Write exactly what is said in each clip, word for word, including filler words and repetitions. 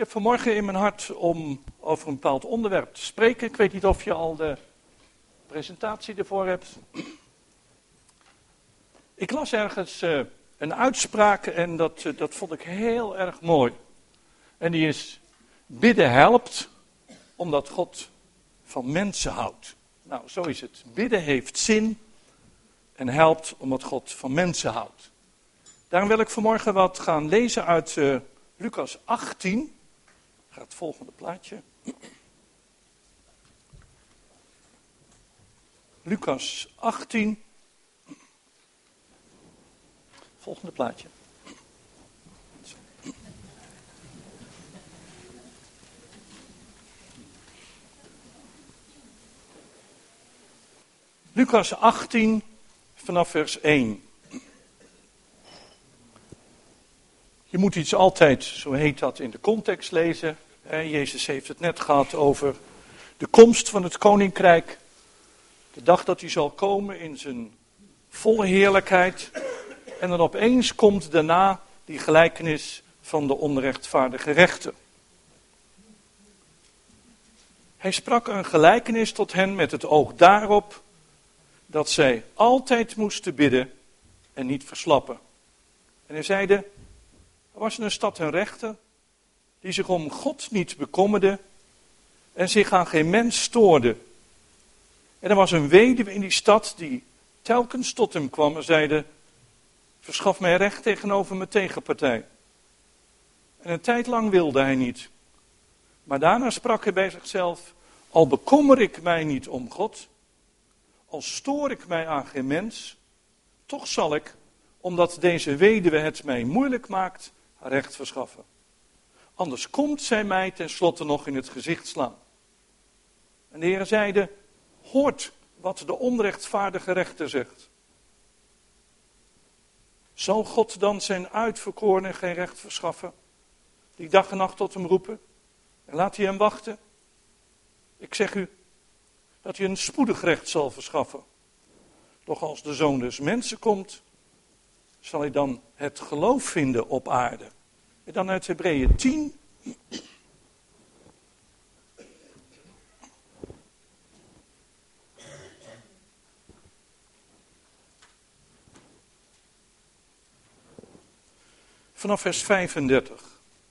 heb vanmorgen in mijn hart om over een bepaald onderwerp te spreken. Ik weet niet of je al de presentatie ervoor hebt. Ik las ergens uh, een uitspraak en dat, uh, dat vond ik heel erg mooi. En die is, bidden helpt omdat God van mensen houdt. Nou, zo is het. Bidden heeft zin en helpt omdat God van mensen houdt. Daarom wil ik vanmorgen wat gaan lezen uit uh, Lucas achttien. Gaat het volgende plaatje. Lucas achttien. Volgende plaatje. Lucas achttien vanaf vers één. Je moet iets altijd, zo heet dat, in de context lezen. Jezus heeft het net gehad over de komst van het koninkrijk. De dag dat hij zal komen in zijn volle heerlijkheid. En dan opeens komt daarna die gelijkenis van de onrechtvaardige rechter. Hij sprak een gelijkenis tot hen met het oog daarop dat zij altijd moesten bidden en niet verslappen. En hij zeide, er was in een stad een rechter die zich om God niet bekommerde en zich aan geen mens stoorde. En er was een weduwe in die stad die telkens tot hem kwam en zeide, verschaf mij recht tegenover mijn tegenpartij. En een tijd lang wilde hij niet. Maar daarna sprak hij bij zichzelf, al bekommer ik mij niet om God, al stoor ik mij aan geen mens, toch zal ik, omdat deze weduwe het mij moeilijk maakt, haar recht verschaffen. Anders komt zij mij tenslotte nog in het gezicht slaan. En de Heer zeide, hoort wat de onrechtvaardige rechter zegt. Zal God dan zijn uitverkorenen geen recht verschaffen, die dag en nacht tot hem roepen? En laat hij hem wachten? Ik zeg u, dat hij een spoedig recht zal verschaffen. Doch als de Zoon des Mensen komt, zal hij dan het geloof vinden op aarde. En dan uit Hebreeën tien. Vanaf vers vijfendertig.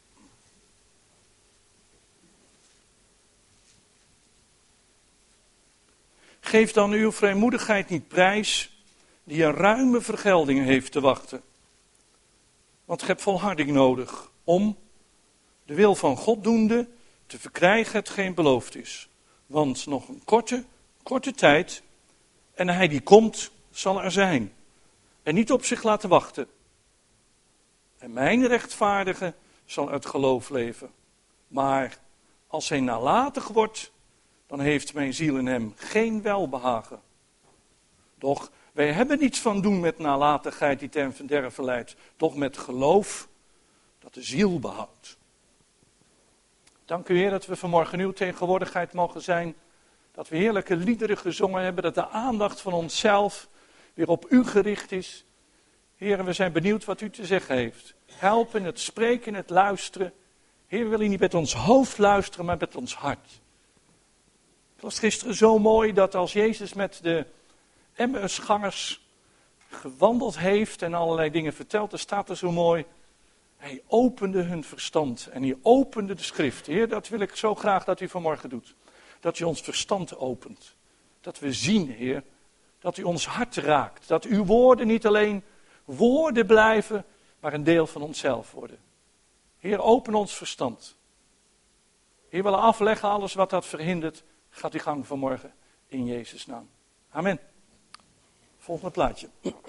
Geef dan uw vrijmoedigheid niet prijs, die een ruime vergelding heeft te wachten. Want ge hebt volharding nodig om, de wil van God doende, te verkrijgen hetgeen beloofd is. Want nog een korte, korte tijd, en hij die komt, zal er zijn. En niet op zich laten wachten. En mijn rechtvaardige zal uit geloof leven. Maar als hij nalatig wordt, dan heeft mijn ziel in hem geen welbehagen. Doch wij hebben niets van doen met nalatigheid die ten verderven leidt, doch met geloof dat de ziel behoudt. Dank u Heer dat we vanmorgen in uw tegenwoordigheid mogen zijn, dat we heerlijke liederen gezongen hebben, dat de aandacht van onszelf weer op u gericht is. Heer, we zijn benieuwd wat u te zeggen heeft. Help in het spreken, in het luisteren. Heer, we willen niet met ons hoofd luisteren, maar met ons hart. Het was gisteren zo mooi dat als Jezus met de Emmausgangers gewandeld heeft en allerlei dingen vertelt, er staat er zo mooi, hij opende hun verstand en hij opende de schrift. Heer, dat wil ik zo graag dat u vanmorgen doet. Dat u ons verstand opent. Dat we zien, Heer, dat u ons hart raakt. Dat uw woorden niet alleen woorden blijven, maar een deel van onszelf worden. Heer, open ons verstand. Heer, willen afleggen alles wat dat verhindert. Gaat uw gang vanmorgen in Jezus' naam. Amen. Volgende plaatje.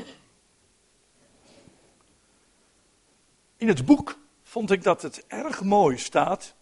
In het boek vond ik dat het erg mooi staat.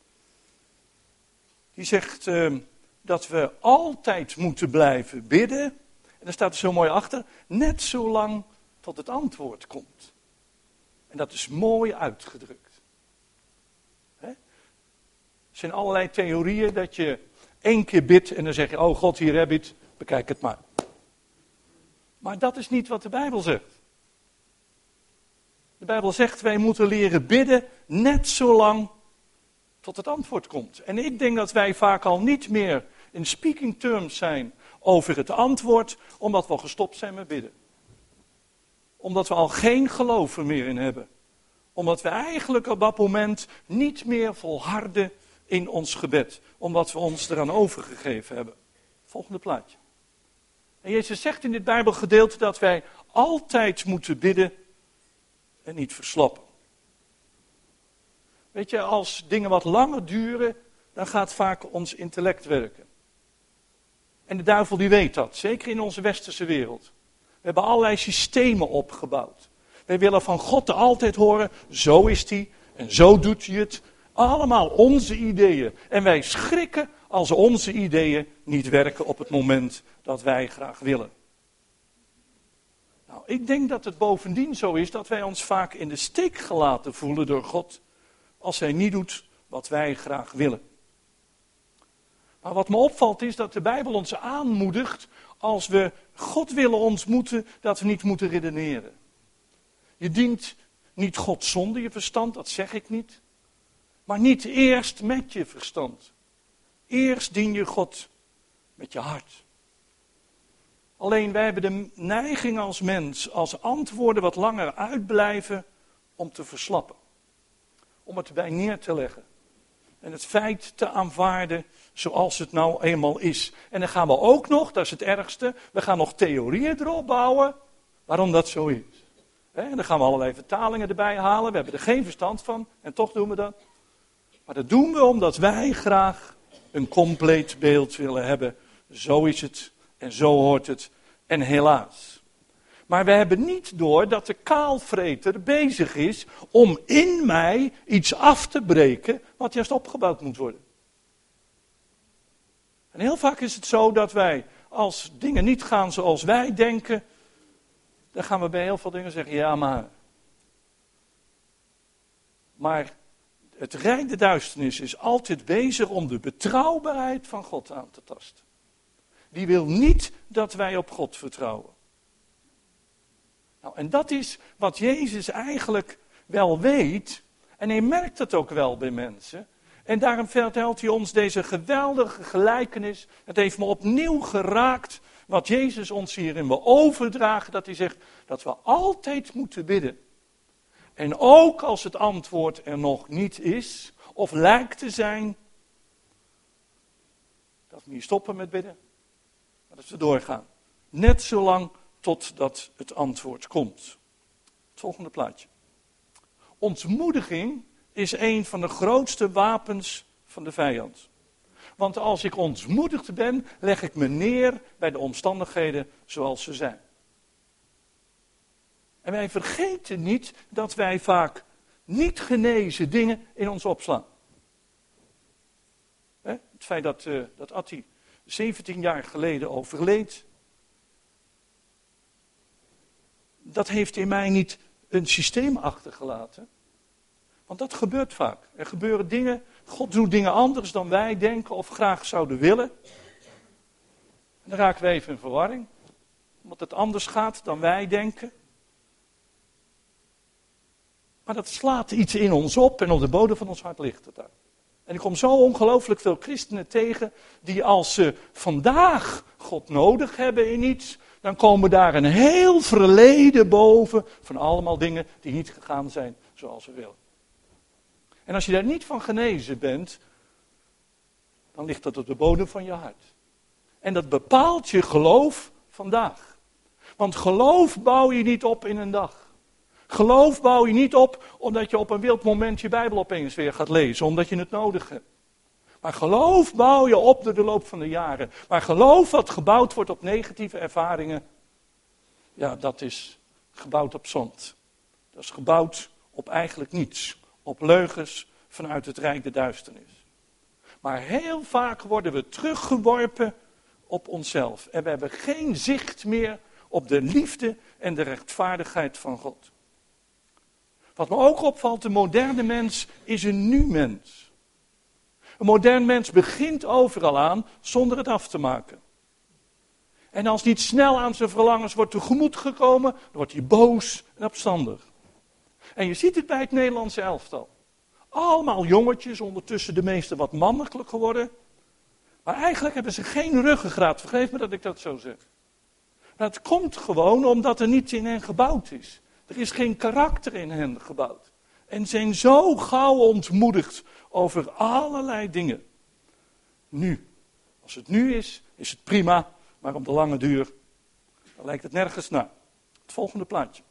Die zegt uh, dat we altijd moeten blijven bidden. En daar staat er zo mooi achter. Net zolang tot het antwoord komt. En dat is mooi uitgedrukt. Hè? Er zijn allerlei theorieën dat je één keer bidt en dan zeg je, oh God, hier heb je het, bekijk het maar. Maar dat is niet wat de Bijbel zegt. De Bijbel zegt, wij moeten leren bidden net zolang tot het antwoord komt. En ik denk dat wij vaak al niet meer in speaking terms zijn over het antwoord, omdat we al gestopt zijn met bidden. Omdat we al geen geloof er meer in hebben. Omdat we eigenlijk op dat moment niet meer volharden in ons gebed. Omdat we ons eraan overgegeven hebben. Volgende plaatje. En Jezus zegt in dit Bijbelgedeelte dat wij altijd moeten bidden en niet verslappen. Weet je, als dingen wat langer duren, dan gaat vaak ons intellect werken. En de duivel die weet dat, zeker in onze westerse wereld. We hebben allerlei systemen opgebouwd. Wij willen van God altijd horen, zo is hij en zo doet hij het. Allemaal onze ideeën. En wij schrikken als onze ideeën niet werken op het moment dat wij graag willen. Nou, ik denk dat het bovendien zo is dat wij ons vaak in de steek gelaten voelen door God, als hij niet doet wat wij graag willen. Maar wat me opvalt is dat de Bijbel ons aanmoedigt, als we God willen ontmoeten, dat we niet moeten redeneren. Je dient niet God zonder je verstand, dat zeg ik niet. Maar niet eerst met je verstand. Eerst dien je God met je hart. Alleen wij hebben de neiging als mens, als antwoorden wat langer uitblijven, om te verslappen. Om het erbij neer te leggen. En het feit te aanvaarden zoals het nou eenmaal is. En dan gaan we ook nog, dat is het ergste, we gaan nog theorieën erop bouwen waarom dat zo is. En dan gaan we allerlei vertalingen erbij halen, we hebben er geen verstand van en toch doen we dat. Maar dat doen we omdat wij graag een compleet beeld willen hebben. Zo is het en zo hoort het en helaas. Maar we hebben niet door dat de kaalvreter bezig is om in mij iets af te breken wat juist opgebouwd moet worden. En heel vaak is het zo dat wij, als dingen niet gaan zoals wij denken, dan gaan we bij heel veel dingen zeggen, ja maar. Maar het rijk der duisternis is altijd bezig om de betrouwbaarheid van God aan te tasten. Die wil niet dat wij op God vertrouwen. Nou, en dat is wat Jezus eigenlijk wel weet. En hij merkt het ook wel bij mensen. En daarom vertelt hij ons deze geweldige gelijkenis. Het heeft me opnieuw geraakt wat Jezus ons hierin wil overdragen. Dat hij zegt dat we altijd moeten bidden. En ook als het antwoord er nog niet is, of lijkt te zijn, dat we niet stoppen met bidden, maar dat we doorgaan. Net zolang totdat het antwoord komt. Het volgende plaatje. Ontmoediging is een van de grootste wapens van de vijand. Want als ik ontmoedigd ben, leg ik me neer bij de omstandigheden zoals ze zijn. En wij vergeten niet dat wij vaak niet genezen dingen in ons opslaan. He? Het feit dat, uh, dat Atti zeventien jaar geleden overleed, dat heeft in mij niet een systeem achtergelaten. Want dat gebeurt vaak. Er gebeuren dingen, God doet dingen anders dan wij denken of graag zouden willen. En dan raken we even in verwarring. Omdat het anders gaat dan wij denken. Maar dat slaat iets in ons op en op de bodem van ons hart ligt het daar. En ik kom zo ongelooflijk veel christenen tegen die als ze vandaag God nodig hebben in iets, dan komen daar een heel verleden boven van allemaal dingen die niet gegaan zijn zoals we willen. En als je daar niet van genezen bent, dan ligt dat op de bodem van je hart. En dat bepaalt je geloof vandaag. Want geloof bouw je niet op in een dag. Geloof bouw je niet op omdat je op een wild moment je Bijbel opeens weer gaat lezen, omdat je het nodig hebt. Maar geloof bouw je op door de loop van de jaren. Maar geloof wat gebouwd wordt op negatieve ervaringen, ja, dat is gebouwd op zand. Dat is gebouwd op eigenlijk niets. Op leugens vanuit het rijk der duisternis. Maar heel vaak worden we teruggeworpen op onszelf. En we hebben geen zicht meer op de liefde en de rechtvaardigheid van God. Wat me ook opvalt, de moderne mens is een nu-mens. Een modern mens begint overal aan zonder het af te maken. En als niet snel aan zijn verlangens wordt tegemoet gekomen, dan wordt hij boos en opstandig. En je ziet het bij het Nederlandse elftal. Allemaal jongetjes, ondertussen de meeste wat mannelijk geworden. Maar eigenlijk hebben ze geen ruggengraat. Vergeef me dat ik dat zo zeg. Maar het komt gewoon omdat er niets in hen gebouwd is. Er is geen karakter in hen gebouwd. En zijn zo gauw ontmoedigd over allerlei dingen. Nu, als het nu is, is het prima. Maar op de lange duur, dan lijkt het nergens naar. Het volgende plaatje.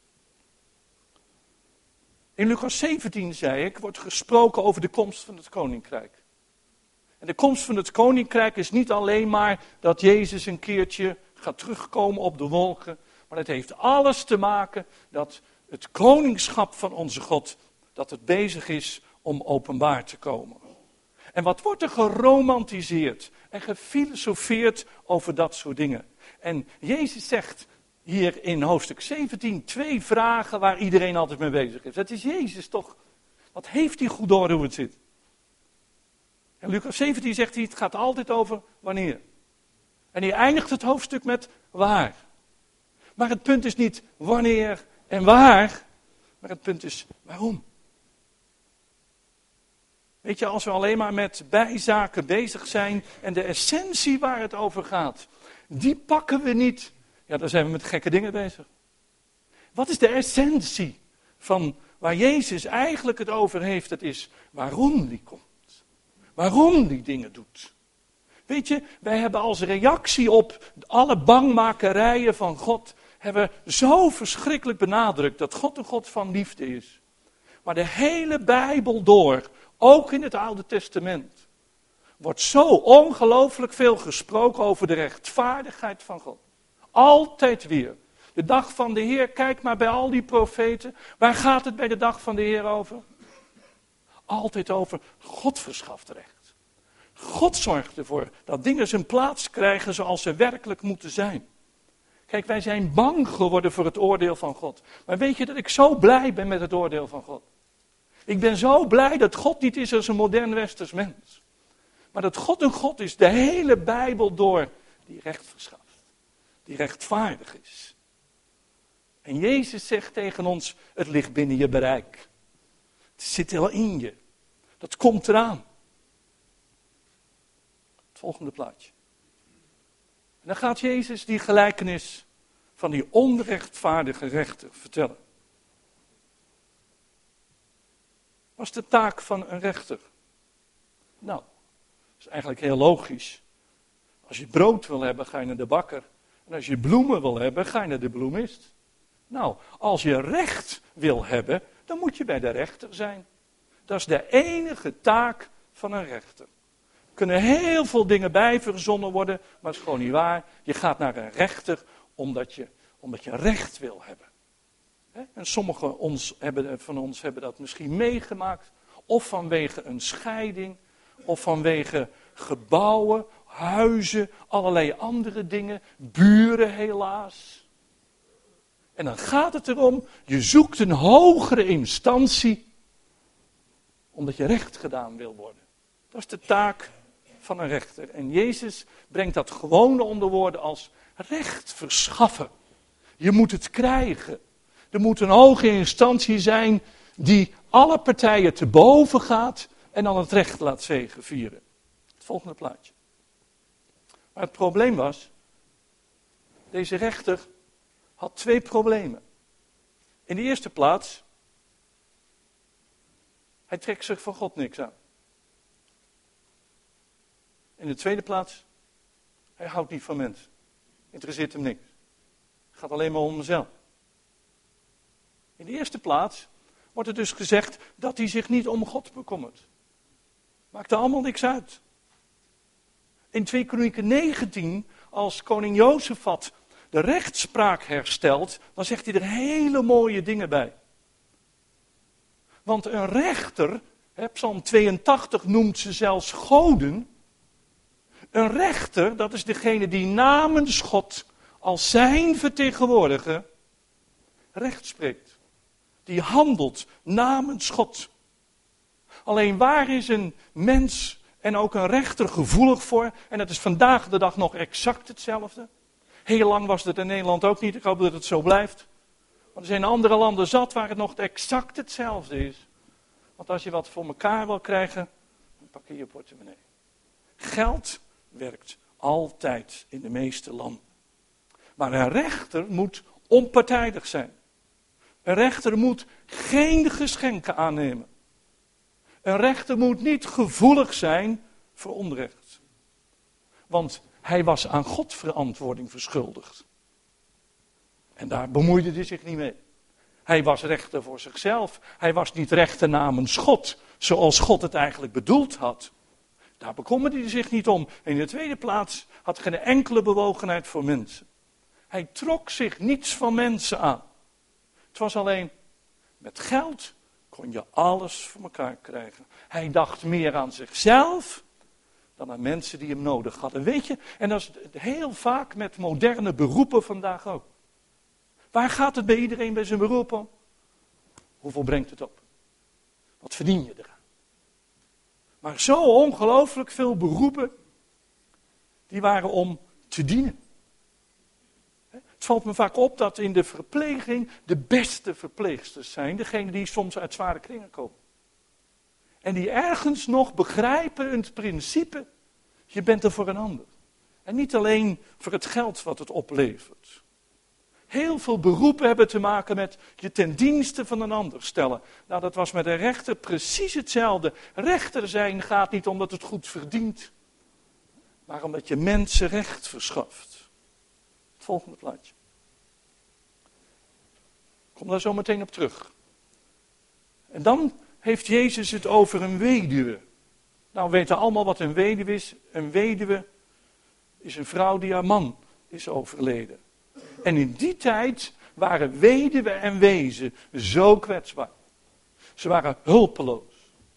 In Lucas zeventien, zei ik, wordt gesproken over de komst van het koninkrijk. En de komst van het koninkrijk is niet alleen maar dat Jezus een keertje gaat terugkomen op de wolken. Maar het heeft alles te maken dat het koningschap van onze God, dat het bezig is om openbaar te komen. En wat wordt er geromantiseerd en gefilosofeerd over dat soort dingen. En Jezus zegt hier in hoofdstuk zeventien twee vragen waar iedereen altijd mee bezig is. Het is Jezus toch? Wat heeft hij goed door hoe het zit? En Lucas zeventien zegt hij, het gaat altijd over wanneer. En hij eindigt het hoofdstuk met waar. Maar het punt is niet wanneer en waar, maar het punt is waarom. Weet je, als we alleen maar met bijzaken bezig zijn en de essentie waar het over gaat, die pakken we niet, ja, dan zijn we met gekke dingen bezig. Wat is de essentie van waar Jezus eigenlijk het over heeft? Het is waarom die komt. Waarom die dingen doet. Weet je, wij hebben als reactie op alle bangmakerijen van God, hebben we zo verschrikkelijk benadrukt dat God een God van liefde is. Maar de hele Bijbel door, ook in het Oude Testament, wordt zo ongelooflijk veel gesproken over de rechtvaardigheid van God. Altijd weer. De dag van de Heer, kijk maar bij al die profeten. Waar gaat het bij de dag van de Heer over? Altijd over God verschaft recht. God zorgt ervoor dat dingen zijn plaats krijgen zoals ze werkelijk moeten zijn. Kijk, wij zijn bang geworden voor het oordeel van God. Maar weet je dat ik zo blij ben met het oordeel van God? Ik ben zo blij dat God niet is als een modern westers mens. Maar dat God een God is, de hele Bijbel door, die recht verschaft. Die rechtvaardig is. En Jezus zegt tegen ons, het ligt binnen je bereik. Het zit al in je. Dat komt eraan. Het volgende plaatje. En dan gaat Jezus die gelijkenis van die onrechtvaardige rechter vertellen. Wat is de taak van een rechter? Nou, dat is eigenlijk heel logisch. Als je brood wil hebben, ga je naar de bakker. En als je bloemen wil hebben, ga je naar de bloemist. Nou, als je recht wil hebben, dan moet je bij de rechter zijn. Dat is de enige taak van een rechter. Er kunnen heel veel dingen bij verzonnen worden, maar dat is gewoon niet waar. Je gaat naar een rechter omdat je, omdat je recht wil hebben. En sommigen ons hebben, van ons hebben dat misschien meegemaakt. Of vanwege een scheiding, of vanwege gebouwen, huizen, allerlei andere dingen. Buren helaas. En dan gaat het erom, je zoekt een hogere instantie, omdat je recht gedaan wil worden. Dat is de taak van een rechter. En Jezus brengt dat gewoon onder woorden als recht verschaffen. Je moet het krijgen. Er moet een hoge instantie zijn die alle partijen te boven gaat en dan het recht laat zegevieren. Het volgende plaatje. Maar het probleem was, deze rechter had twee problemen. In de eerste plaats, hij trekt zich van God niks aan. In de tweede plaats, hij houdt niet van mensen. Interesseert hem niks. Het gaat alleen maar om mezelf. In de eerste plaats wordt er dus gezegd dat hij zich niet om God bekommert. Maakt er allemaal niks uit. In twee Kronieken negentien, als koning Jozefat de rechtspraak herstelt, dan zegt hij er hele mooie dingen bij. Want een rechter, hè, Psalm tweeëntachtig noemt ze zelfs goden. Een rechter, dat is degene die namens God als zijn vertegenwoordiger recht spreekt. Die handelt namens God. Alleen waar is een mens en ook een rechter gevoelig voor? En dat is vandaag de dag nog exact hetzelfde. Heel lang was het in Nederland ook niet. Ik hoop dat het zo blijft. Maar er zijn andere landen zat waar het nog exact hetzelfde is. Want als je wat voor elkaar wil krijgen, dan pak je je portemonnee. Geld werkt altijd in de meeste landen. Maar een rechter moet onpartijdig zijn. Een rechter moet geen geschenken aannemen. Een rechter moet niet gevoelig zijn voor onrecht. Want hij was aan God verantwoording verschuldigd. En daar bemoeide hij zich niet mee. Hij was rechter voor zichzelf. Hij was niet rechter namens God, zoals God het eigenlijk bedoeld had. Daar bekommerde hij zich niet om. En in de tweede plaats had geen enkele bewogenheid voor mensen. Hij trok zich niets van mensen aan. Het was alleen, met geld kon je alles voor elkaar krijgen. Hij dacht meer aan zichzelf dan aan mensen die hem nodig hadden. Weet je, en dat is heel vaak met moderne beroepen vandaag ook. Waar gaat het bij iedereen bij zijn beroep om? Hoeveel brengt het op? Wat verdien je eraan? Maar zo ongelooflijk veel beroepen, die waren om te dienen. Het valt me vaak op dat in de verpleging de beste verpleegsters zijn, degene die soms uit zware kringen komen. En die ergens nog begrijpen het principe, je bent er voor een ander. En niet alleen voor het geld wat het oplevert. Heel veel beroepen hebben te maken met je ten dienste van een ander stellen. Nou, dat was met een rechter precies hetzelfde. Rechter zijn gaat niet omdat het goed verdient, maar omdat je mensen recht verschaft. Het volgende plaatje. Ik kom daar zo meteen op terug. En dan heeft Jezus het over een weduwe. Nou, we weten allemaal wat een weduwe is. Een weduwe is een vrouw die haar man is overleden. En in die tijd waren weduwen en wezen zo kwetsbaar. Ze waren hulpeloos.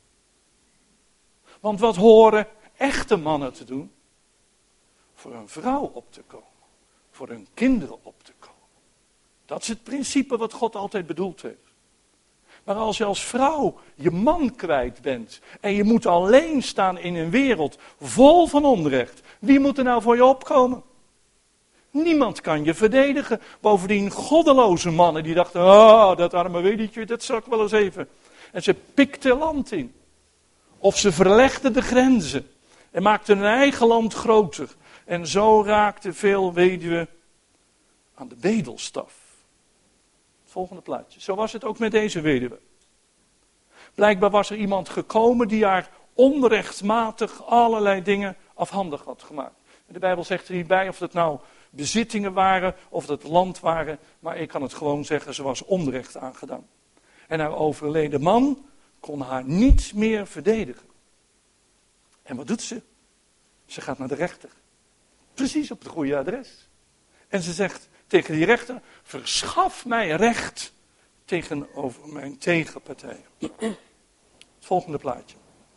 Want wat horen echte mannen te doen? Voor een vrouw op te komen. Voor hun kinderen op te komen. Dat is het principe wat God altijd bedoeld heeft. Maar als je als vrouw je man kwijt bent en je moet alleen staan in een wereld vol van onrecht, wie moet er nou voor je opkomen? Niemand kan je verdedigen. Bovendien goddeloze mannen die dachten, oh, dat arme weduwtje, dat zal ik wel eens even. En ze pikten land in. Of ze verlegden de grenzen en maakten hun eigen land groter. En zo raakten veel weduwen aan de bedelstaf. Het volgende plaatje. Zo was het ook met deze weduwe. Blijkbaar was er iemand gekomen die haar onrechtmatig allerlei dingen afhandig had gemaakt. De Bijbel zegt er niet bij of dat nou bezittingen waren of dat land waren, maar ik kan het gewoon zeggen, ze was onrecht aangedaan. En haar overleden man kon haar niet meer verdedigen. En wat doet ze? Ze gaat naar de rechter. Precies op het goede adres. En ze zegt tegen die rechter, verschaf mij recht tegenover mijn tegenpartij. Het volgende plaatje.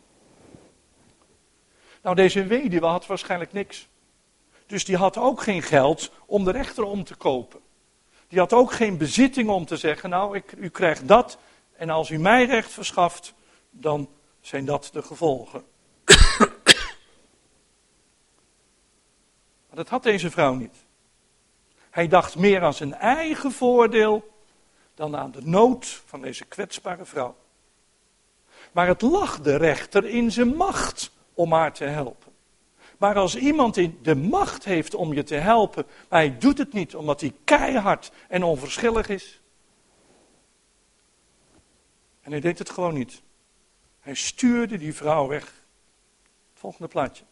Nou, deze weduwe had waarschijnlijk niks. Dus die had ook geen geld om de rechter om te kopen. Die had ook geen bezitting om te zeggen, nou, ik, u krijgt dat. En als u mij recht verschaft, dan zijn dat de gevolgen. Maar dat had deze vrouw niet. Hij dacht meer aan zijn eigen voordeel dan aan de nood van deze kwetsbare vrouw. Maar het lag de rechter in zijn macht om haar te helpen. Maar als iemand in de macht heeft om je te helpen, maar hij doet het niet omdat hij keihard en onverschillig is. En hij deed het gewoon niet. Hij stuurde die vrouw weg. Het volgende plaatje.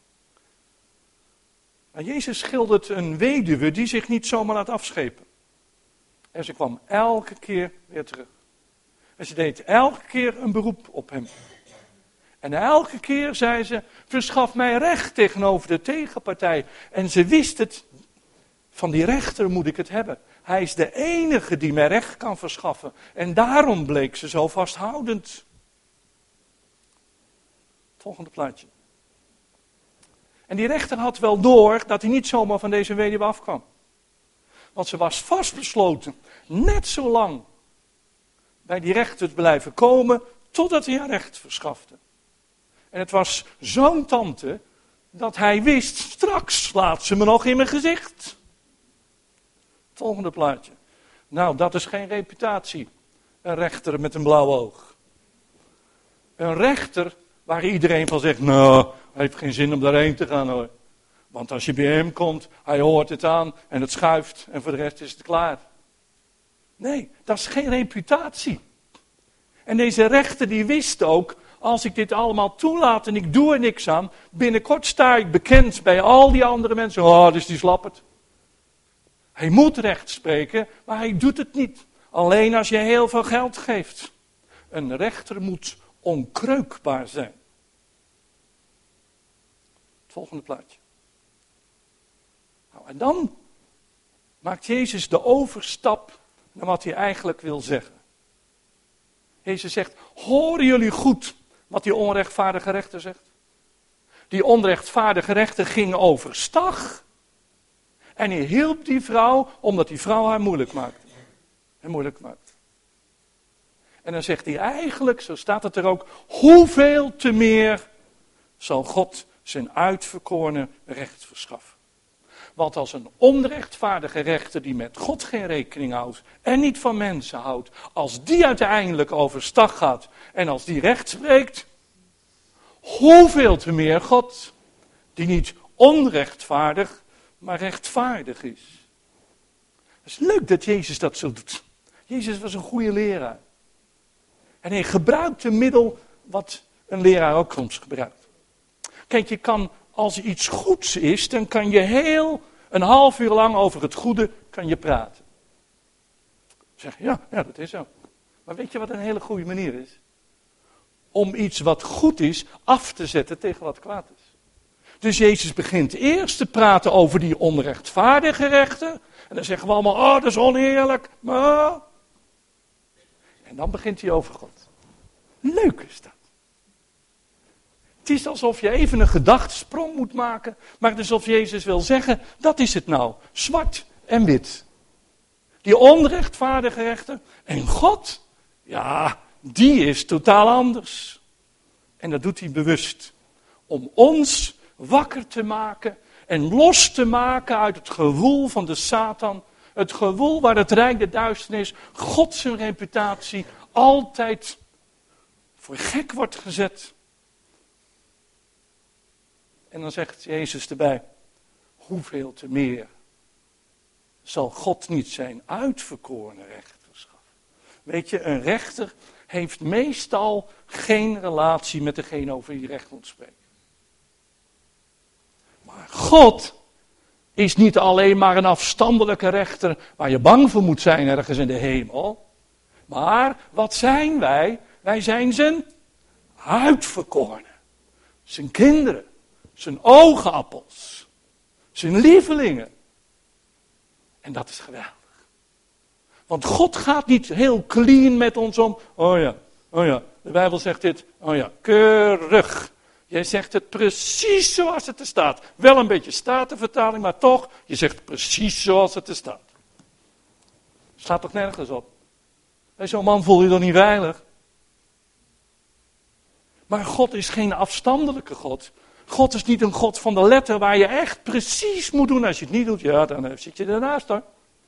Maar Jezus schildert een weduwe die zich niet zomaar laat afschepen. En ze kwam elke keer weer terug. En ze deed elke keer een beroep op hem. En elke keer zei ze, verschaf mij recht tegenover de tegenpartij. En ze wist het, van die rechter moet ik het hebben. Hij is de enige die mij recht kan verschaffen. En daarom bleek ze zo vasthoudend. Volgende plaatje. En die rechter had wel door dat hij niet zomaar van deze weduwe afkwam. Want ze was vastbesloten, net zo lang bij die rechter te blijven komen, totdat hij haar recht verschafte. En het was zo'n tante, dat hij wist, straks slaat ze me nog in mijn gezicht. Volgende plaatje. Nou, dat is geen reputatie. Een rechter met een blauw oog. Een rechter waar iedereen van zegt, nou, hij heeft geen zin om daarheen te gaan hoor. Want als je bij hem komt, hij hoort het aan en het schuift en voor de rest is het klaar. Nee, dat is geen reputatie. En deze rechter die wist ook, als ik dit allemaal toelaat en ik doe er niks aan, binnenkort sta ik bekend bij al die andere mensen. Oh, dus die slappert. Hij moet recht spreken, maar hij doet het niet. Alleen als je heel veel geld geeft. Een rechter moet onkreukbaar zijn. Het volgende plaatje. Nou, en dan maakt Jezus de overstap naar wat hij eigenlijk wil zeggen. Jezus zegt, horen jullie goed wat die onrechtvaardige rechter zegt? Die onrechtvaardige rechter ging overstag. En hij hielp die vrouw, omdat die vrouw haar moeilijk maakte. En moeilijk maakt. En dan zegt hij eigenlijk, zo staat het er ook, hoeveel te meer zal God zijn uitverkorene recht verschaffen. Want als een onrechtvaardige rechter die met God geen rekening houdt en niet van mensen houdt, als die uiteindelijk overstag gaat en als die recht spreekt, hoeveel te meer God, die niet onrechtvaardig, maar rechtvaardig is. Het is leuk dat Jezus dat zo doet. Jezus was een goede leraar. En hij gebruikt een middel wat een leraar ook soms gebruikt. Kijk, je kan, als er iets goeds is, dan kan je heel een half uur lang over het goede kan je praten. Zeg je, ja, ja, dat is zo. Maar weet je wat een hele goede manier is? Om iets wat goed is af te zetten tegen wat kwaad is. Dus Jezus begint eerst te praten over die onrechtvaardige rechter. En dan zeggen we allemaal, oh, dat is oneerlijk. Maar... En dan begint hij over God. Leuk is dat. Het is alsof je even een gedachtesprong moet maken. Maar het is alsof Jezus wil zeggen, dat is het nou. Zwart en wit. Die onrechtvaardige rechter. En God, ja, die is totaal anders. En dat doet hij bewust. Om ons wakker te maken en los te maken uit het gewoel van de Satan. Het gewoel waar het rijk der duisternis, God zijn reputatie, altijd voor gek wordt gezet. En dan zegt Jezus erbij, hoeveel te meer zal God niet zijn uitverkorene recht verschaffen. Weet je, een rechter heeft meestal geen relatie met degene over wie recht moet spreken. Maar God is niet alleen maar een afstandelijke rechter waar je bang voor moet zijn ergens in de hemel. Maar wat zijn wij? Wij zijn zijn uitverkorenen. Zijn kinderen. Zijn oogappels. Zijn lievelingen. En dat is geweldig. Want God gaat niet heel clean met ons om. Oh ja, oh ja, de Bijbel zegt dit. Oh ja, keurig. Jij zegt het precies zoals het er staat. Wel een beetje statenvertaling, maar toch, je zegt het precies zoals het er staat. Staat toch nergens op? Bij zo'n man voel je je toch niet veilig? Maar God is geen afstandelijke God. God is niet een God van de letter waar je echt precies moet doen. Als je het niet doet, ja, dan zit je ernaast hoor.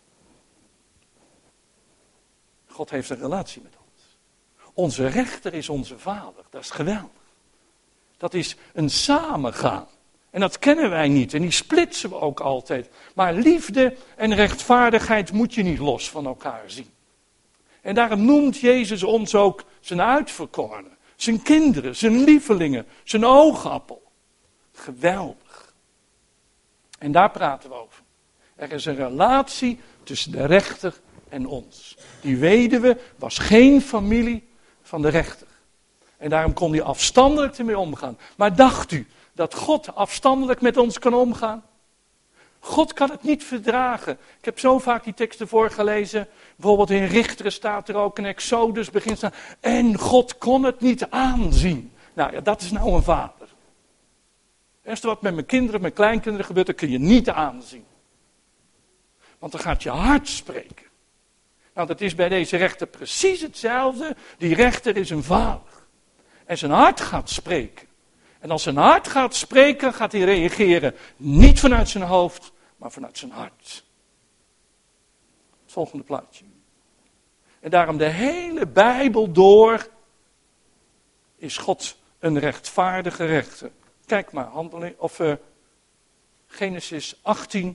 God heeft een relatie met ons. Onze rechter is onze vader. Dat is geweldig. Dat is een samengaan. En dat kennen wij niet. En die splitsen we ook altijd. Maar liefde en rechtvaardigheid moet je niet los van elkaar zien. En daarom noemt Jezus ons ook zijn uitverkorenen. Zijn kinderen, zijn lievelingen, zijn oogappel. Geweldig. En daar praten we over. Er is een relatie tussen de rechter en ons. Die weduwe was geen familie van de rechter. En daarom kon hij afstandelijk ermee omgaan. Maar dacht u dat God afstandelijk met ons kan omgaan? God kan het niet verdragen. Ik heb zo vaak die teksten voorgelezen. Bijvoorbeeld in Richteren staat er ook, in Exodus begint staan. En God kon het niet aanzien. Nou ja, dat is nou een vader. Het eerste wat met mijn kinderen, mijn kleinkinderen gebeurt, dat kun je niet aanzien. Want dan gaat je hart spreken. Nou, dat is bij deze rechter precies hetzelfde. Die rechter is een vader. En zijn hart gaat spreken. En als zijn hart gaat spreken, gaat hij reageren. Niet vanuit zijn hoofd, maar vanuit zijn hart. Het volgende plaatje. En daarom de hele Bijbel door is God een rechtvaardige rechter. Kijk maar, handeling, of uh, Genesis achttien.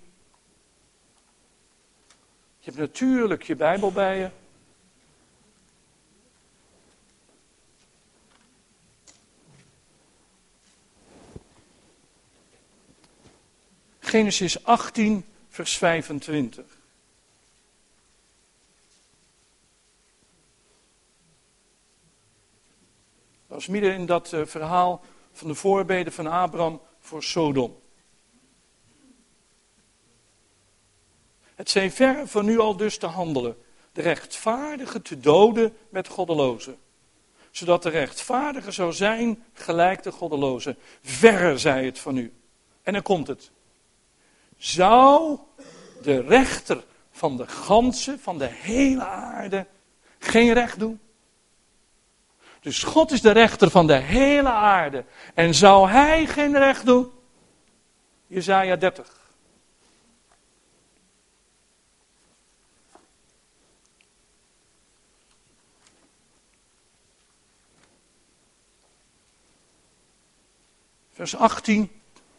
Je hebt natuurlijk je Bijbel bij je. Genesis achttien, vers vijfentwintig. Dat was midden in dat uh, verhaal van de voorbeden van Abraham voor Sodom. Het zij verre van nu al dus te handelen, de rechtvaardige te doden met goddelozen. Zodat de rechtvaardige zou zijn gelijk de goddeloze. Verre zij het van u. En dan komt het. Zou de rechter van de ganse, van de hele aarde, geen recht doen? Dus God is de rechter van de hele aarde. En zou hij geen recht doen? Jesaja dertig. Vers achttien.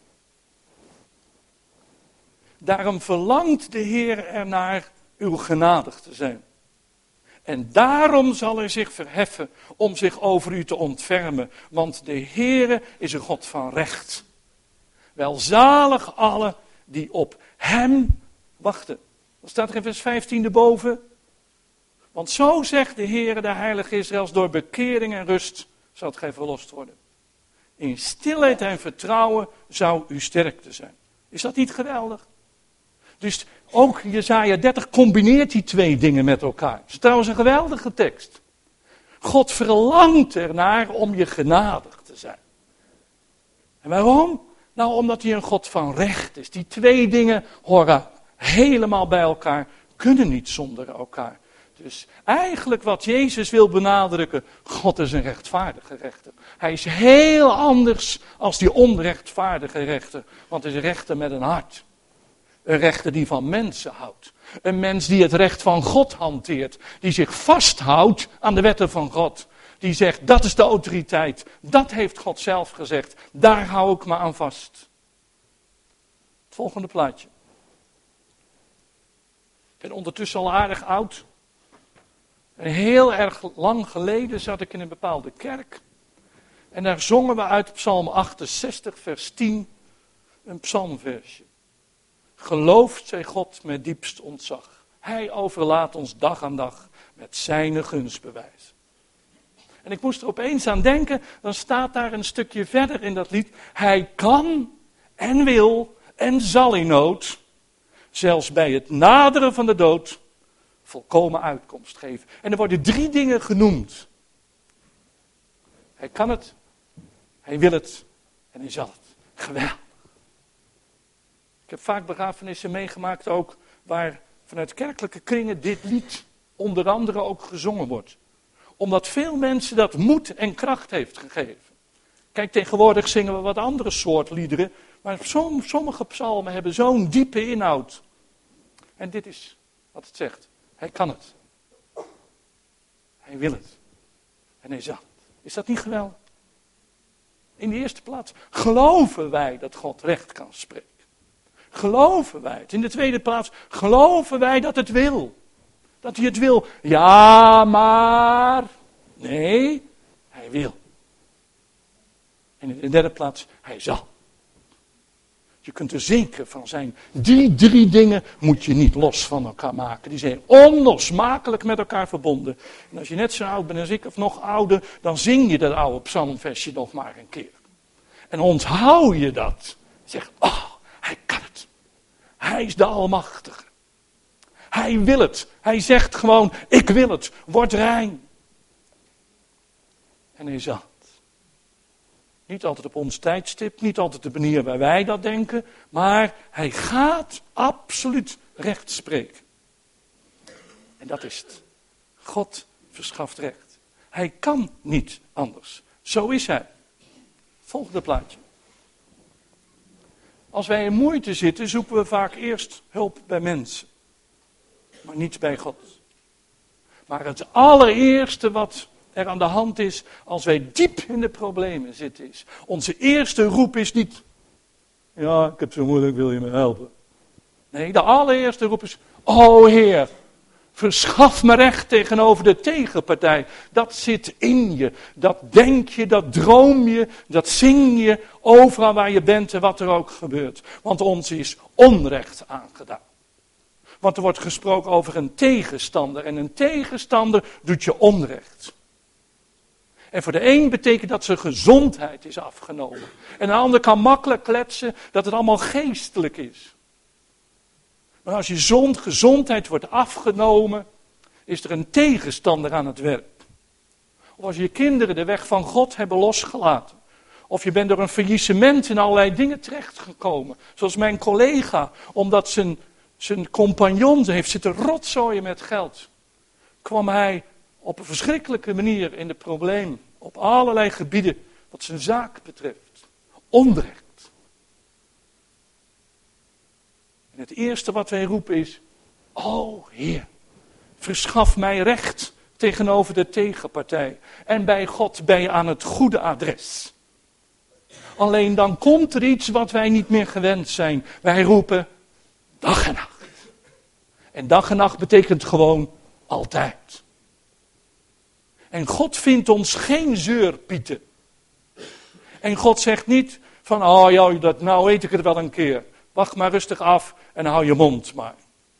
Daarom verlangt de Heer ernaar uw genadig te zijn. En daarom zal hij zich verheffen om zich over u te ontfermen. Want de Heere is een God van recht. Welzalig alle die op hem wachten. Dat staat er in vers vijftien erboven. Want zo zegt de Heere, de Heilige Israëls, door bekering en rust zal gij verlost worden. In stilheid en vertrouwen zou uw sterkte zijn. Is dat niet geweldig? Dus ook Jesaja dertig combineert die twee dingen met elkaar. Het is trouwens een geweldige tekst. God verlangt ernaar om je genadig te zijn. En waarom? Nou, omdat hij een God van recht is. Die twee dingen horen helemaal bij elkaar, kunnen niet zonder elkaar. Dus eigenlijk wat Jezus wil benadrukken, God is een rechtvaardige rechter. Hij is heel anders als die onrechtvaardige rechter, want hij is een rechter met een hart. Een rechter die van mensen houdt. Een mens die het recht van God hanteert. Die zich vasthoudt aan de wetten van God. Die zegt, dat is de autoriteit. Dat heeft God zelf gezegd. Daar hou ik me aan vast. Het volgende plaatje. Ik ben ondertussen al aardig oud. En heel erg lang geleden zat ik in een bepaalde kerk. En daar zongen we uit Psalm achtenzestig, vers tien, een psalmversje. Geloofd zij God met diepst ontzag. Hij overlaat ons dag aan dag met zijn gunstbewijs. En ik moest er opeens aan denken, dan staat daar een stukje verder in dat lied. Hij kan en wil en zal in nood, zelfs bij het naderen van de dood, volkomen uitkomst geven. En er worden drie dingen genoemd. Hij kan het, hij wil het en hij zal het. Geweldig. Ik heb vaak begrafenissen meegemaakt ook, waar vanuit kerkelijke kringen dit lied onder andere ook gezongen wordt. Omdat veel mensen dat moed en kracht heeft gegeven. Kijk, tegenwoordig zingen we wat andere soort liederen, maar sommige psalmen hebben zo'n diepe inhoud. En dit is wat het zegt. Hij kan het. Hij wil het. En hij zal het. Is dat niet geweldig? In de eerste plaats geloven wij dat God recht kan spreken. Geloven wij het. In de tweede plaats geloven wij dat het wil. Dat hij het wil. Ja, maar. Nee, hij wil. En in de derde plaats, hij zal. Je kunt er zeker van zijn. Die drie dingen moet je niet los van elkaar maken. Die zijn onlosmakelijk met elkaar verbonden. En als je net zo oud bent als ik of nog ouder, dan zing je dat oude psalmversje nog maar een keer. En onthoud je dat. Zeg, oh, hij kan het. Hij is de Almachtige. Hij wil het. Hij zegt gewoon, ik wil het. Word rein. En hij zal het. Niet altijd op ons tijdstip, niet altijd de manier waar wij dat denken, maar hij gaat absoluut recht spreken. En dat is het. God verschaft recht. Hij kan niet anders. Zo is hij. Volgende plaatje. Als wij in moeite zitten, zoeken we vaak eerst hulp bij mensen. Maar niet bij God. Maar het allereerste wat er aan de hand is als wij diep in de problemen zitten is. Onze eerste roep is niet, ja, ik heb zo moeilijk, wil je me helpen? Nee, de allereerste roep is, o Heer, verschaf me recht tegenover de tegenpartij. Dat zit in je, dat denk je, dat droom je, dat zing je, overal waar je bent en wat er ook gebeurt. Want ons is onrecht aangedaan. Want er wordt gesproken over een tegenstander en een tegenstander doet je onrecht. En voor de een betekent dat zijn gezondheid is afgenomen. En de ander kan makkelijk kletsen dat het allemaal geestelijk is. Maar als je zond, gezondheid wordt afgenomen, is er een tegenstander aan het werk. Of als je kinderen de weg van God hebben losgelaten. Of je bent door een faillissement in allerlei dingen terechtgekomen. Zoals mijn collega, omdat zijn, zijn compagnon heeft zitten rotzooien met geld. Kwam hij op een verschrikkelijke manier in de probleem. Op allerlei gebieden wat zijn zaak betreft. Onrecht. En het eerste wat wij roepen is, o Heer, verschaf mij recht tegenover de tegenpartij. En bij God ben je aan het goede adres. Alleen dan komt er iets wat wij niet meer gewend zijn. Wij roepen dag en nacht. En dag en nacht betekent gewoon altijd. En God vindt ons geen zeurpieten. En God zegt niet van, oh ja, dat, nou weet ik het wel een keer. Wacht maar rustig af en hou je mond maar.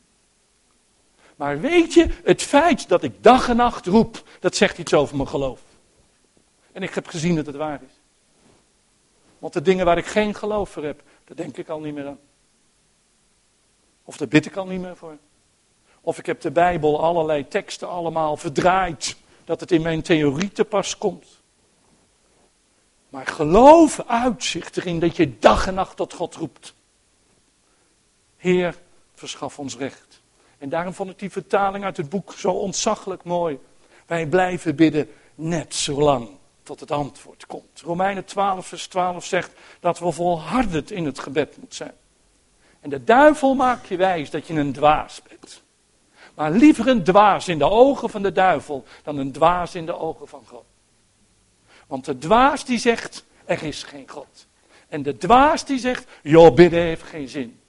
Maar weet je, het feit dat ik dag en nacht roep, dat zegt iets over mijn geloof. En ik heb gezien dat het waar is. Want de dingen waar ik geen geloof voor heb, daar denk ik al niet meer aan. Of daar bid ik al niet meer voor. Of ik heb de Bijbel, allerlei teksten allemaal verdraaid, dat het in mijn theorie te pas komt. Maar geloof uitzicht erin dat je dag en nacht tot God roept. Heer, verschaf ons recht. En daarom vond ik die vertaling uit het boek zo ontzaglijk mooi. Wij blijven bidden net zolang tot het antwoord komt. Romeinen twaalf vers twaalf zegt dat we volhardend in het gebed moeten zijn. En de duivel maakt je wijs dat je een dwaas bent. Maar liever een dwaas in de ogen van de duivel dan een dwaas in de ogen van God. Want de dwaas die zegt, er is geen God. En de dwaas die zegt, joh, bidden heeft geen zin.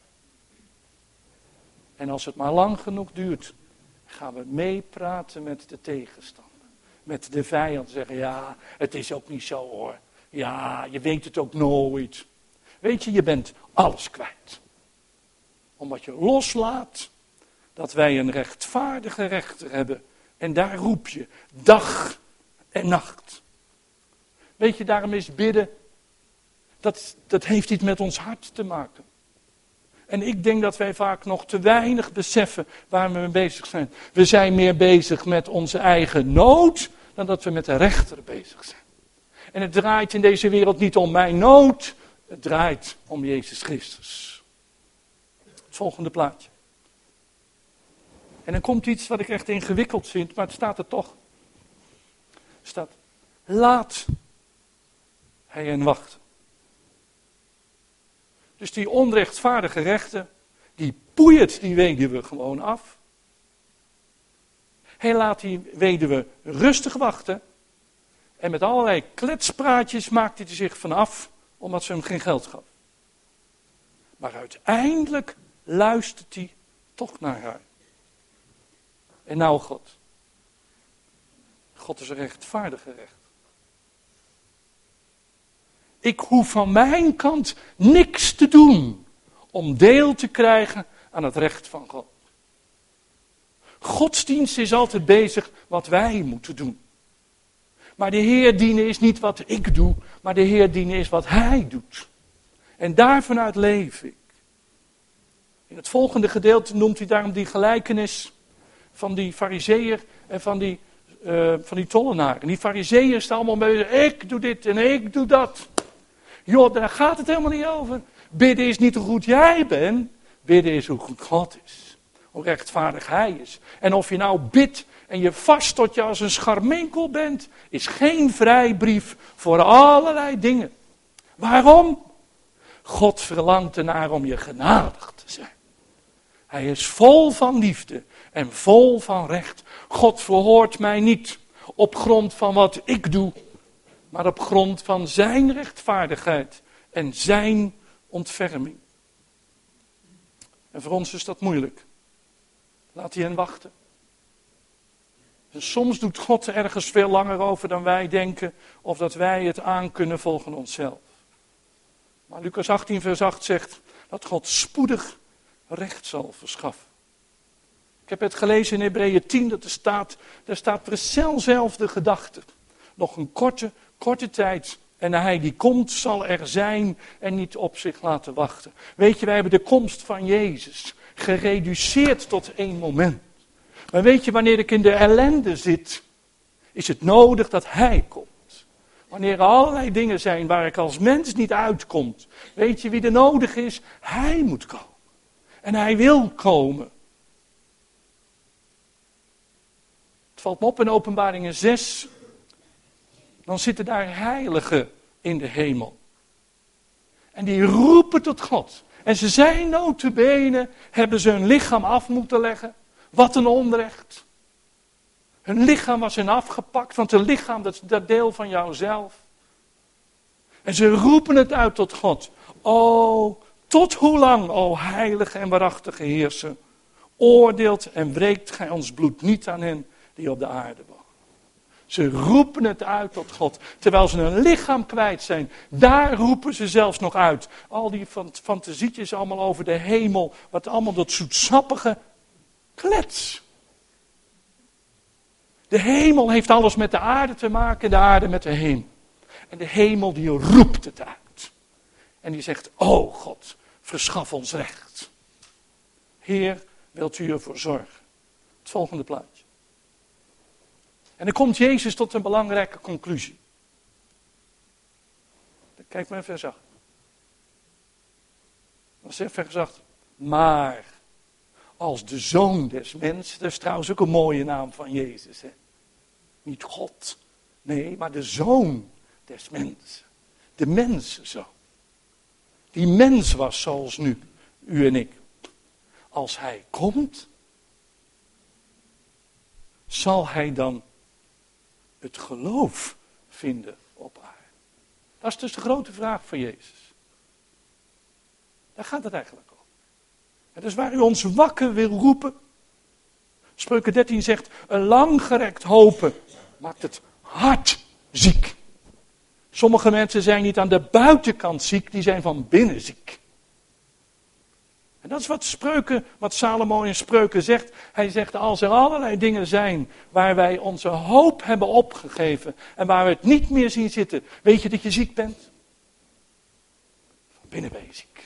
En als het maar lang genoeg duurt, gaan we meepraten met de tegenstander. Met de vijand zeggen, ja, het is ook niet zo hoor. Ja, je weet het ook nooit. Weet je, je bent alles kwijt. Omdat je loslaat dat wij een rechtvaardige rechter hebben. En daar roep je dag en nacht. Weet je, daarom is bidden, dat, dat heeft iets met ons hart te maken. En ik denk dat wij vaak nog te weinig beseffen waar we mee bezig zijn. We zijn meer bezig met onze eigen nood dan dat we met de rechter bezig zijn. En het draait in deze wereld niet om mijn nood, het draait om Jezus Christus. Het volgende plaatje. En dan komt iets wat ik echt ingewikkeld vind, maar het staat er toch. Er staat, laat hij hen wachten. Dus die onrechtvaardige rechter, die poeit die weduwe gewoon af. Hij laat die weduwe rustig wachten. En met allerlei kletspraatjes maakt hij er zich vanaf, omdat ze hem geen geld gaf. Maar uiteindelijk luistert hij toch naar haar. En nou God. God is een rechtvaardige rechter. Ik hoef van mijn kant niks te doen om deel te krijgen aan het recht van God. Godsdienst is altijd bezig wat wij moeten doen. Maar de Heer dienen is niet wat ik doe, maar de Heer dienen is wat Hij doet. En daarvanuit leef ik. In het volgende gedeelte noemt hij daarom die gelijkenis van die farizeeër en van die, uh, van die tollenaar. En die farizeeër staan allemaal bezig, ik doe dit en ik doe dat. Joh, daar gaat het helemaal niet over. Bidden is niet hoe goed jij bent, bidden is hoe goed God is. Hoe rechtvaardig Hij is. En of je nou bidt en je vast tot je als een scharminkel bent, is geen vrijbrief voor allerlei dingen. Waarom? God verlangt ernaar om je genadig te zijn. Hij is vol van liefde en vol van recht. God verhoort mij niet op grond van wat ik doe, maar op grond van zijn rechtvaardigheid en zijn ontferming. En voor ons is dat moeilijk. Laat hij hen wachten. En soms doet God ergens veel langer over dan wij denken, of dat wij het aan kunnen volgen onszelf. Maar Lucas achttien vers acht zegt dat God spoedig recht zal verschaffen. Ik heb het gelezen in Hebreeën tien, dat er staat, daar staat precies dezelfde gedachte. Nog een korte, korte tijd en hij die komt zal er zijn en niet op zich laten wachten. Weet je, wij hebben de komst van Jezus gereduceerd tot één moment. Maar weet je, wanneer ik in de ellende zit, is het nodig dat hij komt. Wanneer er allerlei dingen zijn waar ik als mens niet uitkom, weet je wie er nodig is? Hij moet komen. En hij wil komen. Het valt me op in Openbaringen zes. Dan zitten daar heiligen in de hemel. En die roepen tot God. En ze zijn nota bene, hebben ze hun lichaam af moeten leggen. Wat een onrecht. Hun lichaam was hun afgepakt, want een lichaam dat is dat deel van jouzelf. En ze roepen het uit tot God. O, tot hoe lang, o heilige en waarachtige heerser, oordeelt en wreekt gij ons bloed niet aan hen die op de aarde wonen. Ze roepen het uit tot God, terwijl ze hun lichaam kwijt zijn. Daar roepen ze zelfs nog uit. Al die fantasietjes allemaal over de hemel, wat allemaal dat zoetsappige klets. De hemel heeft alles met de aarde te maken, de aarde met de hemel. En de hemel die roept het uit. En die zegt, o God, verschaf ons recht. Heer, wilt u ervoor zorgen? Het volgende plaatje. En dan komt Jezus tot een belangrijke conclusie. Kijk maar vers acht. Dan zegt vers acht, maar als de Zoon des Mensen, dat is trouwens ook een mooie naam van Jezus. Hè? Niet God, nee, maar de Zoon des Mensen. De mensenzoon. Die mens was zoals nu, u en ik. Als hij komt, zal hij dan het geloof vinden op aarde? Dat is dus de grote vraag van Jezus. Daar gaat het eigenlijk over. Het is waar u ons wakker wil roepen. Spreuken dertien zegt, een langgerekt hopen maakt het hart ziek. Sommige mensen zijn niet aan de buitenkant ziek, die zijn van binnen ziek. En dat is wat Spreuken, wat Salomo in Spreuken zegt. Hij zegt, als er allerlei dingen zijn waar wij onze hoop hebben opgegeven en waar we het niet meer zien zitten, weet je dat je ziek bent? Van binnen ben je ziek.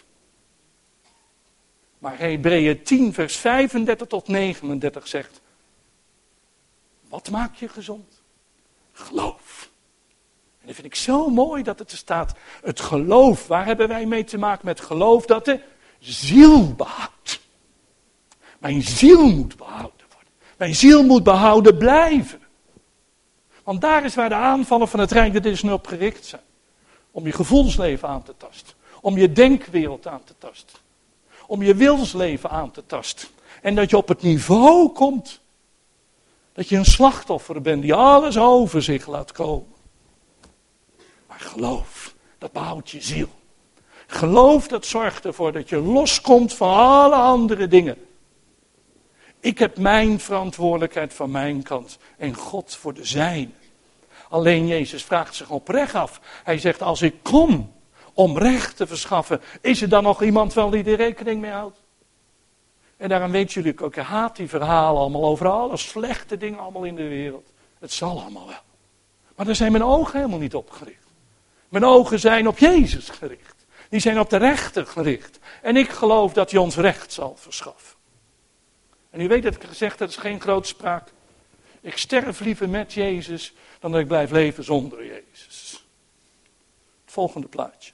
Maar Hebreeën tien vers vijfendertig tot negenendertig zegt, wat maakt je gezond? Geloof. En dat vind ik zo mooi dat het er staat, het geloof, waar hebben wij mee te maken met geloof? Dat de ziel behoudt. Mijn ziel moet behouden worden. Mijn ziel moet behouden blijven. Want daar is waar de aanvallen van het Rijk der Duisternis op gericht zijn. Om je gevoelsleven aan te tasten. Om je denkwereld aan te tasten. Om je wilsleven aan te tasten. En dat je op het niveau komt. Dat je een slachtoffer bent die alles over zich laat komen. Maar geloof, dat behoudt je ziel. Geloof, dat zorgt ervoor dat je loskomt van alle andere dingen. Ik heb mijn verantwoordelijkheid van mijn kant en God voor de zijne. Alleen Jezus vraagt zich oprecht af. Hij zegt, als ik kom om recht te verschaffen, is er dan nog iemand wel die er rekening mee houdt? En daarom weten jullie ook, je haat die verhalen allemaal over alle slechte dingen allemaal in de wereld. Het zal allemaal wel. Maar daar zijn mijn ogen helemaal niet op gericht. Mijn ogen zijn op Jezus gericht. Die zijn op de rechter gericht. En ik geloof dat hij ons recht zal verschaffen. En u weet dat ik gezegd heb, dat is geen grootspraak. Ik sterf liever met Jezus dan dat ik blijf leven zonder Jezus. Het volgende plaatje.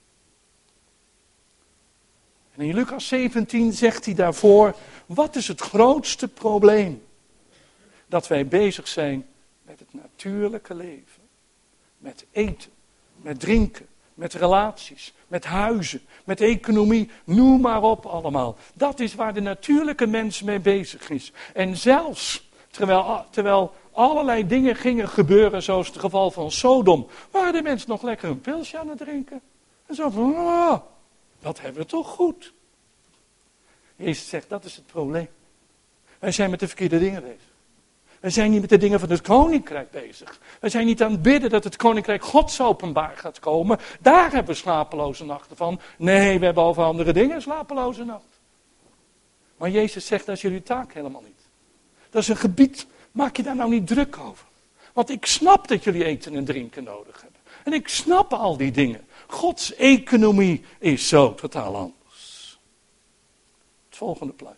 En in Lucas zeventien zegt hij daarvoor, wat is het grootste probleem? Dat wij bezig zijn met het natuurlijke leven. Met eten, met drinken, met relaties, met huizen, met economie, noem maar op allemaal. Dat is waar de natuurlijke mens mee bezig is. En zelfs terwijl, terwijl allerlei dingen gingen gebeuren, zoals het geval van Sodom, waren de mensen nog lekker een pilsje aan het drinken. En zo van, oh, dat hebben we toch goed. Jezus zegt, dat is het probleem. Wij zijn met de verkeerde dingen bezig. Wij zijn niet met de dingen van het koninkrijk bezig. Wij zijn niet aan het bidden dat het koninkrijk Gods openbaar gaat komen. Daar hebben we slapeloze nachten van. Nee, we hebben over andere dingen slapeloze nachten. Maar Jezus zegt, dat is jullie taak helemaal niet. Dat is een gebied, maak je daar nou niet druk over. Want ik snap dat jullie eten en drinken nodig hebben. En ik snap al die dingen. Gods economie is zo totaal anders. Het volgende plaatje.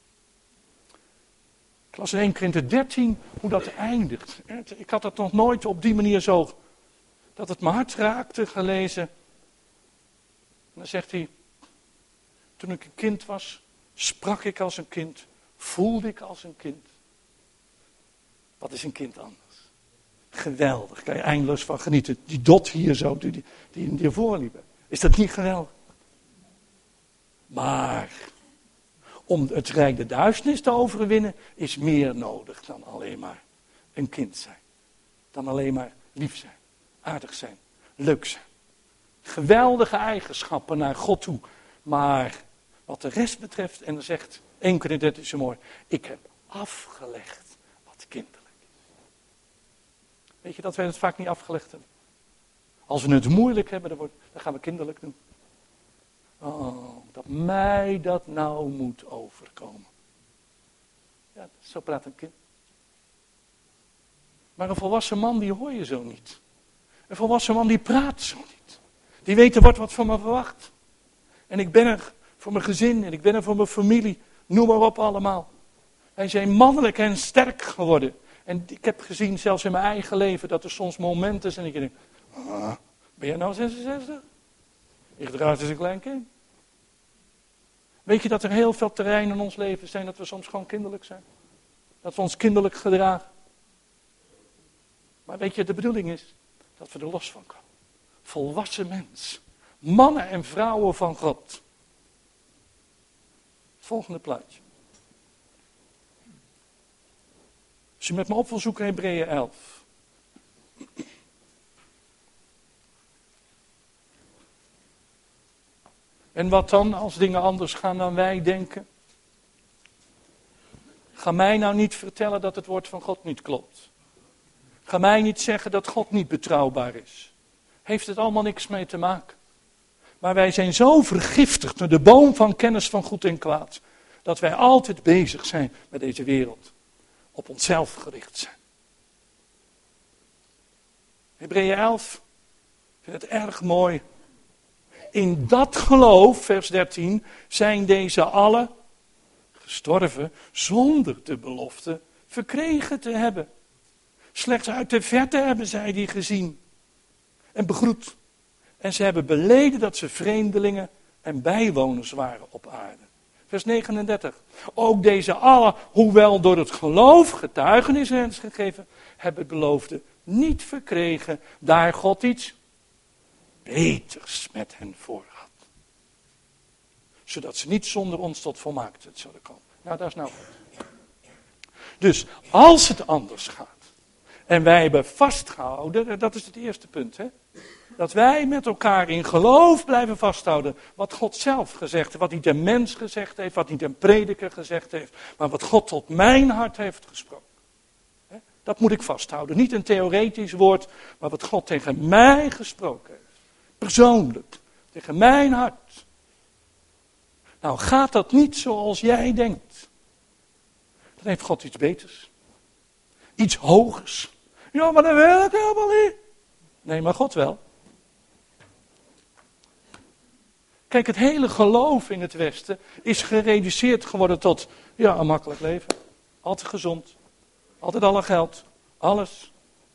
Ik las in Eerste Korinthe dertien hoe dat eindigt. Ik had dat nog nooit op die manier zo, dat het mijn hart raakte, gelezen. En dan zegt hij, toen ik een kind was, sprak ik als een kind, voelde ik als een kind. Wat is een kind anders? Geweldig, daar kan je eindeloos van genieten. Die dot hier zo, die, die, die hiervoor liepen. Is dat niet geweldig? Maar om het rijk de duisternis te overwinnen, is meer nodig dan alleen maar een kind zijn. Dan alleen maar lief zijn, aardig zijn, leuk zijn. Geweldige eigenschappen naar God toe. Maar wat de rest betreft, en dan zegt Eerste Korinthe dertien zo mooi, ik heb afgelegd wat kinderlijk is. Weet je dat wij het vaak niet afgelegd hebben? Als we het moeilijk hebben, dan, wordt, dan gaan we kinderlijk doen. Oh, dat mij dat nou moet overkomen. Ja, zo praat een kind. Maar een volwassen man, die hoor je zo niet. Een volwassen man, die praat zo niet. Die weet, er wordt wat van me verwacht. En ik ben er voor mijn gezin en ik ben er voor mijn familie. Noem maar op allemaal. Wij zijn mannelijk en sterk geworden. En ik heb gezien, zelfs in mijn eigen leven, dat er soms momenten zijn en ik denk, ah, ben jij nou zesenzestig? Ik draag als een klein kind. Weet je dat er heel veel terreinen in ons leven zijn dat we soms gewoon kinderlijk zijn? Dat we ons kinderlijk gedragen. Maar weet je, de bedoeling is dat we er los van komen. Volwassen mens. Mannen en vrouwen van God. Volgende plaatje. Als je met me op wil zoeken, Hebreeën elf. En wat dan als dingen anders gaan dan wij denken? Ga mij nou niet vertellen dat het woord van God niet klopt. Ga mij niet zeggen dat God niet betrouwbaar is. Heeft het allemaal niks mee te maken. Maar wij zijn zo vergiftigd door de boom van kennis van goed en kwaad. Dat wij altijd bezig zijn met deze wereld. Op onszelf gericht zijn. Hebreeën elf. Ik vind het erg mooi. In dat geloof, vers dertien, zijn deze allen gestorven zonder de belofte verkregen te hebben. Slechts uit de verte hebben zij die gezien en begroet. En ze hebben beleden dat ze vreemdelingen en bijwoners waren op aarde. Vers negenendertig. Ook deze allen, hoewel door het geloof getuigenis is gegeven, hebben het beloofde niet verkregen, daar God iets beters met hen voor had. Zodat ze niet zonder ons tot volmaaktheid zouden komen. Nou, dat is nou goed. Dus, als het anders gaat, en wij hebben vastgehouden, dat is het eerste punt, hè? Dat wij met elkaar in geloof blijven vasthouden wat God zelf gezegd heeft, wat niet een mens gezegd heeft, wat niet een prediker gezegd heeft, maar wat God tot mijn hart heeft gesproken. Dat moet ik vasthouden. Niet een theoretisch woord, maar wat God tegen mij gesproken heeft. Persoonlijk. Tegen mijn hart. Nou, gaat dat niet zoals jij denkt. Dan heeft God iets beters. Iets hogers. Ja, maar dat wil ik helemaal niet. Nee, maar God wel. Kijk, het hele geloof in het Westen is gereduceerd geworden tot, ja, een makkelijk leven. Altijd gezond. Altijd alle geld. Alles.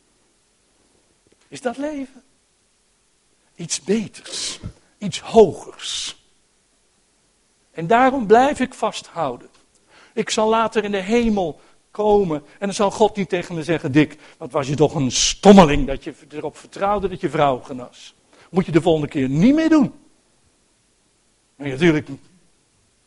Is dat leven? Iets beters. Iets hogers. En daarom blijf ik vasthouden. Ik zal later in de hemel komen. En dan zal God niet tegen me zeggen, Dick, wat was je toch een stommeling dat je erop vertrouwde dat je vrouw genas. Moet je de volgende keer niet meer doen. Nee, natuurlijk niet.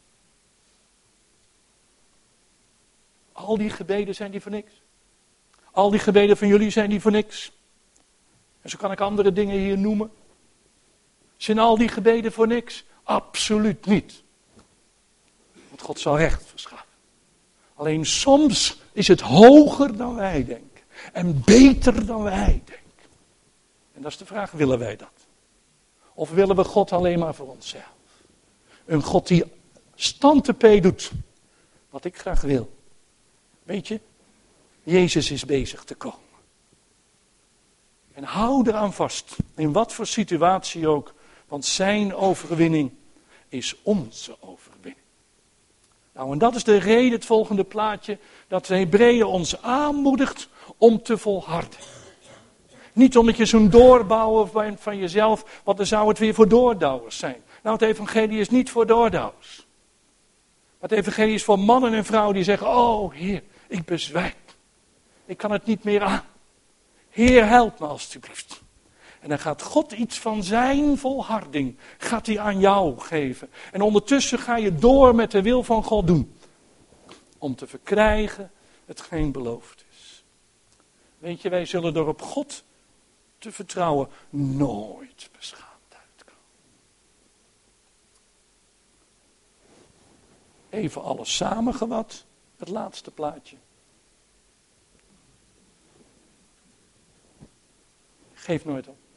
Al die gebeden zijn die voor niks. Al die gebeden van jullie zijn niet voor niks. En zo kan ik andere dingen hier noemen. Zijn al die gebeden voor niks? Absoluut niet. Want God zal recht verschaffen. Alleen soms is het hoger dan wij denken. En beter dan wij denken. En dat is de vraag, willen wij dat? Of willen we God alleen maar voor onszelf? Een God die stantepee doet. Wat ik graag wil. Weet je, Jezus is bezig te komen. En hou eraan vast. In wat voor situatie ook. Want zijn overwinning is onze overwinning. Nou, en dat is de reden, het volgende plaatje, dat de Hebreeën ons aanmoedigt om te volharden. Niet omdat je zo'n doorbouwer bent van jezelf, want dan zou het weer voor doordouwers zijn. Nou, het evangelie is niet voor doordouwers. Maar het evangelie is voor mannen en vrouwen die zeggen, oh Heer, ik bezwijk. Ik kan het niet meer aan. Heer, help me alstublieft. En dan gaat God iets van zijn volharding, gaat hij aan jou geven. En ondertussen ga je door met de wil van God doen. Om te verkrijgen hetgeen beloofd is. Weet je, wij zullen door op God te vertrouwen nooit beschaamd uitkomen. Even alles samengevat, het laatste plaatje. Geef nooit op.